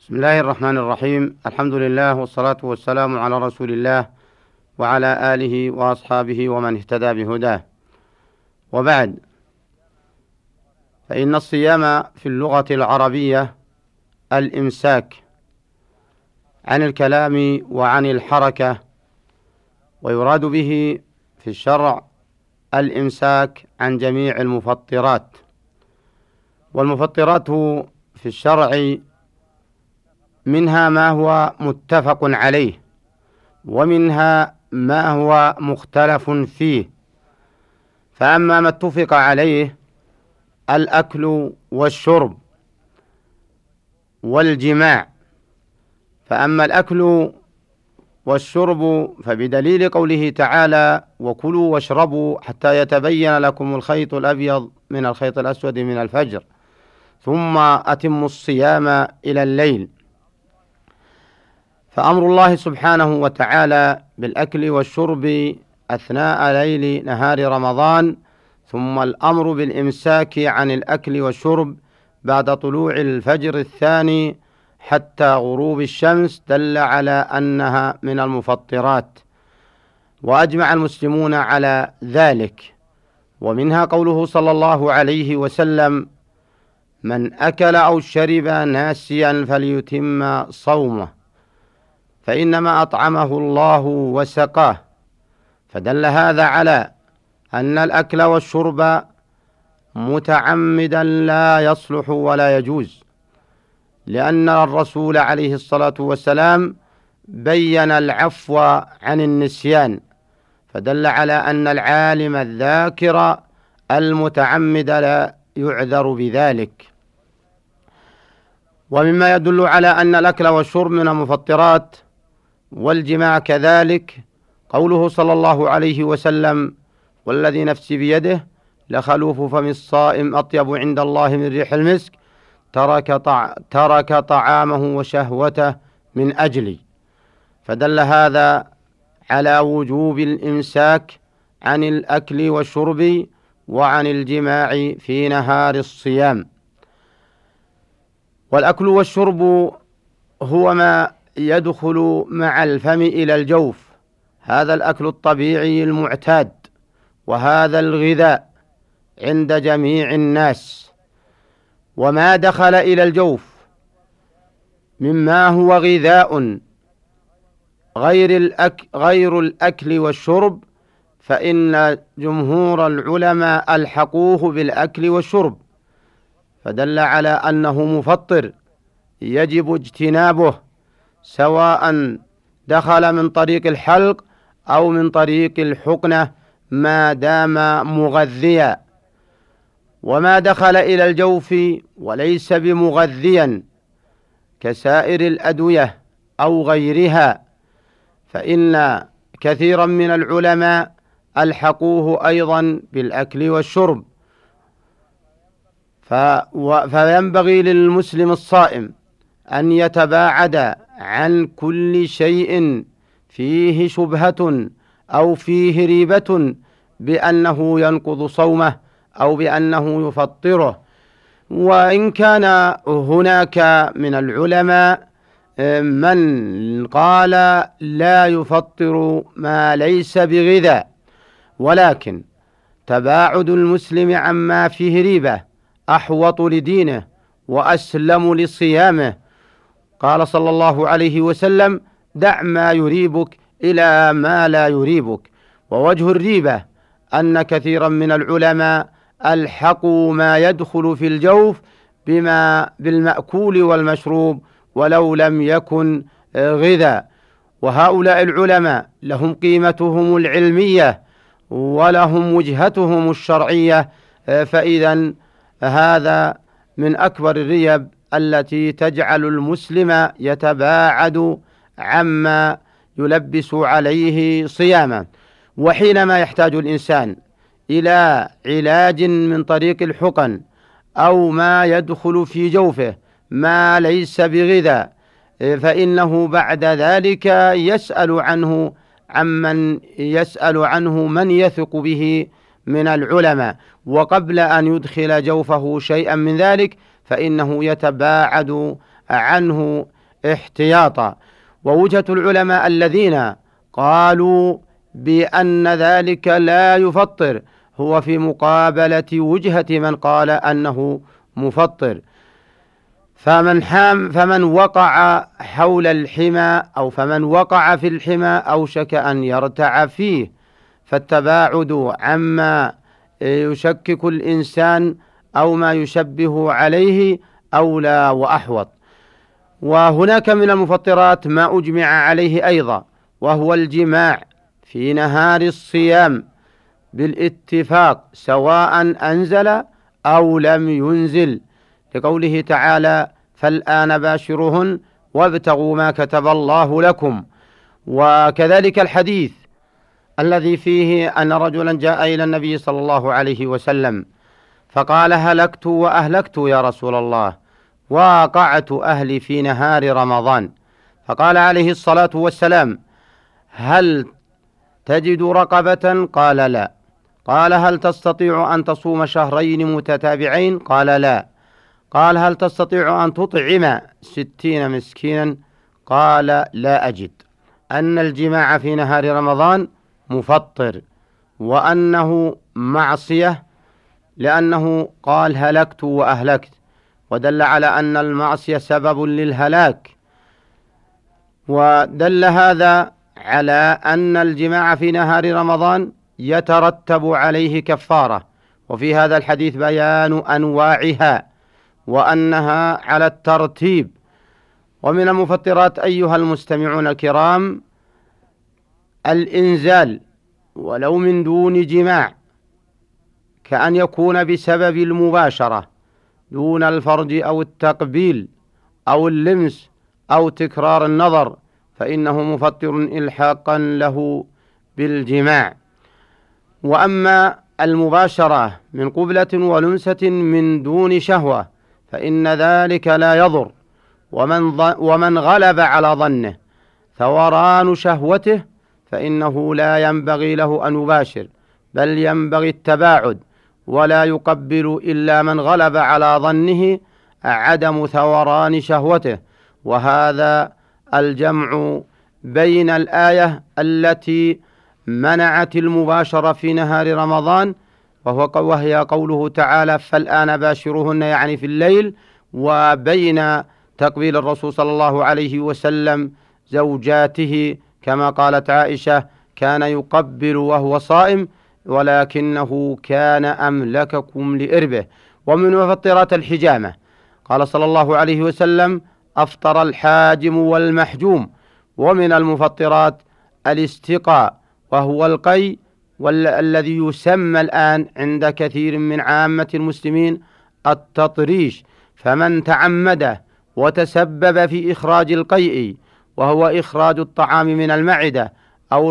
بسم الله الرحمن الرحيم. الحمد لله والصلاة والسلام على رسول الله وعلى آله وأصحابه ومن اهتدى بهداه، وبعد، فإن الصيام في اللغة العربية الإمساك عن الكلام وعن الحركة، ويراد به في الشرع الإمساك عن جميع المفطرات. والمفطرات في الشرع منها ما هو متفق عليه، ومنها ما هو مختلف فيه. فأما ما اتفق عليه الأكل والشرب والجماع، فأما الأكل والشرب فبدليل قوله تعالى: وكلوا واشربوا حتى يتبين لكم الخيط الأبيض من الخيط الأسود من الفجر ثم أتموا الصيام إلى الليل. فأمر الله سبحانه وتعالى بالأكل والشرب أثناء ليل نهار رمضان، ثم الأمر بالإمساك عن الأكل والشرب بعد طلوع الفجر الثاني حتى غروب الشمس، دل على أنها من المفطرات، وأجمع المسلمون على ذلك. ومنها قوله صلى الله عليه وسلم: من أكل أو شرب ناسيا فليتم صومه، فإنما أطعمه الله وسقاه. فدل هذا على أن الأكل والشرب متعمدا لا يصلح ولا يجوز، لأن الرسول عليه الصلاة والسلام بين العفو عن النسيان، فدل على أن العالم الذاكر المتعمد لا يعذر بذلك. ومما يدل على أن الأكل والشرب من المفطرات والجماع كذلك قوله صلى الله عليه وسلم: والذي نفسي بيده لخلوف فم الصائم أطيب عند الله من ريح المسك، ترك طعامه وشهوته من أجلي. فدل هذا على وجوب الإمساك عن الأكل والشرب وعن الجماع في نهار الصيام. والأكل والشرب هو ما يدخل مع الفم إلى الجوف، هذا الأكل الطبيعي المعتاد، وهذا الغذاء عند جميع الناس. وما دخل إلى الجوف مما هو غذاء غير الأكل والشرب، فإن جمهور العلماء ألحقوه بالأكل والشرب، فدل على أنه مفطر يجب اجتنابه، سواء دخل من طريق الحلق أو من طريق الحقنة ما دام مغذيا. وما دخل إلى الجوف وليس بمغذيا كسائر الأدوية أو غيرها، فإن كثيرا من العلماء ألحقوه أيضا بالأكل والشرب. فينبغي للمسلم الصائم أن يتباعد عن كل شيء فيه شبهة أو فيه ريبة بأنه ينقض صومه أو بأنه يفطره. وإن كان هناك من العلماء من قال لا يفطر ما ليس بغذاء، ولكن تباعد المسلم عما فيه ريبة أحوط لدينه وأسلم لصيامه. قال صلى الله عليه وسلم: دع ما يريبك إلى ما لا يريبك. ووجه الريبة أن كثيرا من العلماء ألحقوا ما يدخل في الجوف بالمأكول والمشروب ولو لم يكن غذاء. وهؤلاء العلماء لهم قيمتهم العلمية ولهم وجهتهم الشرعية، فإذا هذا من أكبر الريب التي تجعل المسلم يتباعد عما يلبس عليه صياما. وحينما يحتاج الإنسان إلى علاج من طريق الحقن أو ما يدخل في جوفه ما ليس بغذاء، فإنه بعد ذلك يسأل عنه من يثق به من العلماء، وقبل أن يدخل جوفه شيئا من ذلك فإنه يتباعد عنه احتياطا. ووجهة العلماء الذين قالوا بأن ذلك لا يفطر هو في مقابلة وجهة من قال أنه مفطر. فمن وقع حول الحمى أو فمن وقع في الحمى أوشك أن يرتع فيه، فالتباعد عما يشكك الإنسان أو ما يشبه عليه أولى وأحوط. وهناك من المفطرات ما أجمع عليه أيضا، وهو الجماع في نهار الصيام بالاتفاق سواء أنزل أو لم ينزل، لقوله تعالى: فالآن باشرهن وابتغوا ما كتب الله لكم. وكذلك الحديث الذي فيه أن رجلا جاء إلى النبي صلى الله عليه وسلم فقال: هلكت وأهلكت يا رسول الله، وقعت أهلي في نهار رمضان. فقال عليه الصلاة والسلام: هل تجد رقبة؟ قال: لا. قال: هل تستطيع أن تصوم شهرين متتابعين؟ قال: لا. قال: هل تستطيع أن تطعم 60 مسكينا؟ قال: لا أجد. أن الجماع في نهار رمضان مفطر، وأنه معصية، لأنه قال: هلكت وأهلكت، ودل على أن المعصية سبب للهلاك. ودل هذا على أن الجماع في نهار رمضان يترتب عليه كفارة، وفي هذا الحديث بيان أنواعها وأنها على الترتيب. ومن المفطرات أيها المستمعون الكرام الإنزال ولو من دون جماع، كأن يكون بسبب المباشرة دون الفرج أو التقبيل أو اللمس أو تكرار النظر، فإنه مفطر إلحاقا له بالجماع. وأما المباشرة من قبلة ولمسة من دون شهوة فإن ذلك لا يضر. ومن غلب على ظنه ثوران شهوته فإنه لا ينبغي له أن يباشر، بل ينبغي التباعد، ولا يقبل إلا من غلب على ظنه عدم ثوران شهوته. وهذا الجمع بين الآية التي منعت المباشرة في نهار رمضان وهي قوله تعالى: فالآن باشرهن، يعني في الليل، وبين تقبيل الرسول صلى الله عليه وسلم زوجاته، كما قالت عائشة: كان يقبل وهو صائم ولكنه كان أملككم لإربه. ومن مفطرات الحجامة قال صلى الله عليه وسلم: أفطر الحاجم والمحجوم. ومن المفطرات الاستقاء، وهو القي، والذي يسمى الآن عند كثير من عامة المسلمين التطريش. فمن تعمده وتسبب في إخراج القيء، وهو إخراج الطعام من المعدة أو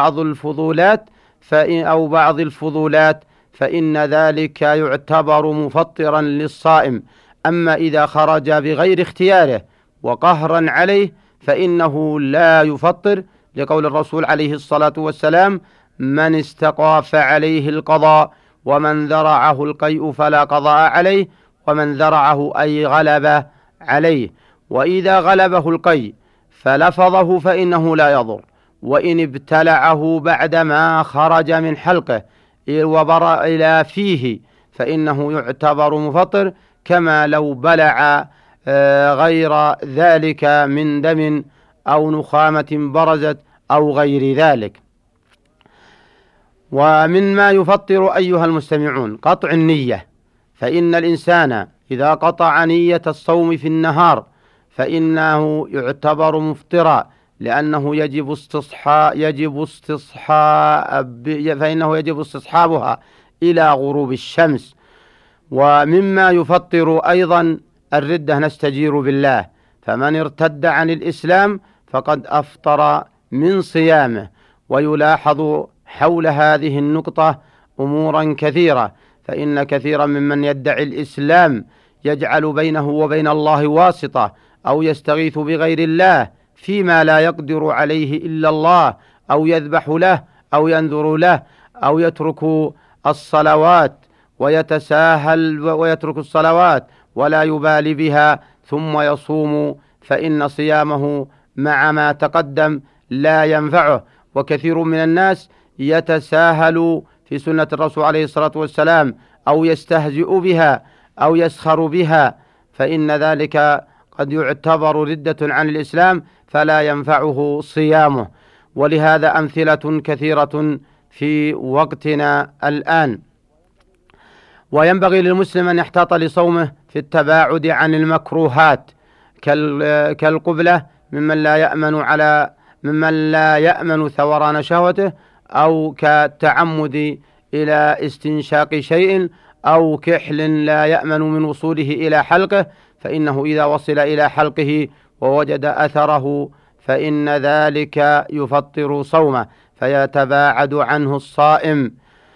بعض الفضولات، فإن ذلك يعتبر مفطرا للصائم. أما إذا خرج بغير اختياره وقهرا عليه فإنه لا يفطر، لقول الرسول عليه الصلاة والسلام: من استقى فعليه القضاء، ومن ذرعه القيء فلا قضاء عليه، ومن ذرعه أي غلب عليه. وإذا غلبه القيء فلفظه فإنه لا يضر، وإن ابتلعه بعدما خرج من حلقه وبرأ إلى فيه فإنه يعتبر مفطر، كما لو بلع غير ذلك من دم أو نخامة برزت أو غير ذلك. ومما يفطر أيها المستمعون قطع النية، فإن الإنسان إذا قطع نية الصوم في النهار فإنه يعتبر مفطرا، لأنه يجب استصحابها إلى غروب الشمس. ومما يفطر أيضا الردة، نستجير بالله، فمن ارتد عن الإسلام فقد أفطر من صيامه. ويلاحظ حول هذه النقطة أمورا كثيرة، فإن كثيرا ممن يدعي الإسلام يجعل بينه وبين الله واسطة، أو يستغيث بغير الله فيما لا يقدر عليه إلا الله، أو يذبح له أو ينذر له، أو يترك الصلوات ويتساهل ويترك الصلوات ولا يبالي بها، ثم يصوم فإن صيامه مع ما تقدم لا ينفعه. وكثير من الناس يتساهل في سنة الرسول عليه الصلاة والسلام أو يستهزئ بها أو يسخر بها، فإن ذلك قد يعتبر ردة عن الإسلام فلا ينفعه صيامه. ولهذا أمثلة كثيرة في وقتنا الآن. وينبغي للمسلم أن يحتاط لصومه في التباعد عن المكروهات كالقبلة ممن لا يأمن ثوران شهوته، أو كالتعمد إلى استنشاق شيء، أو كحل لا يأمن من وصوله إلى حلقه، فإنه إذا وصل إلى حلقه ووجد أثره فإن ذلك يفطر صومه فيتباعد عنه الصائم.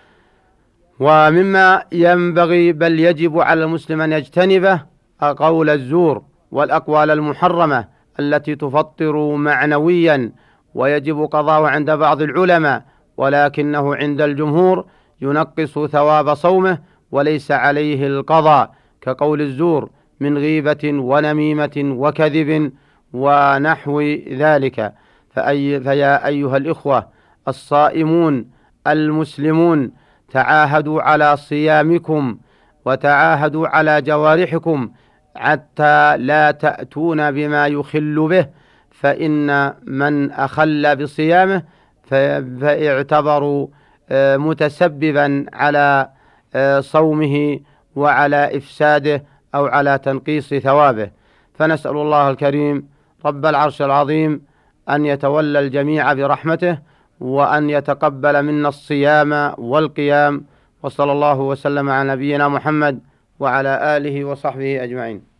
ومما ينبغي بل يجب على المسلم أن يجتنبه قول الزور والأقوال المحرمة التي تفطر معنويا، ويجب قضاءه عند بعض العلماء، ولكنه عند الجمهور ينقص ثواب صومه وليس عليه القضاء، كقول الزور من غيبة ونميمة وكذب ونحو ذلك. فيا أيها الإخوة الصائمون المسلمون، تعاهدوا على صيامكم وتعاهدوا على جوارحكم حتى لا تأتون بما يخل به، فإن من أخل بصيامه فاعتبروا متسببا على صومه وعلى إفساده أو على تنقيص ثوابه. فنسأل الله الكريم رب العرش العظيم أن يتولى الجميع برحمته، وأن يتقبل منا الصيام والقيام. وصلى الله وسلم على نبينا محمد وعلى آله وصحبه أجمعين.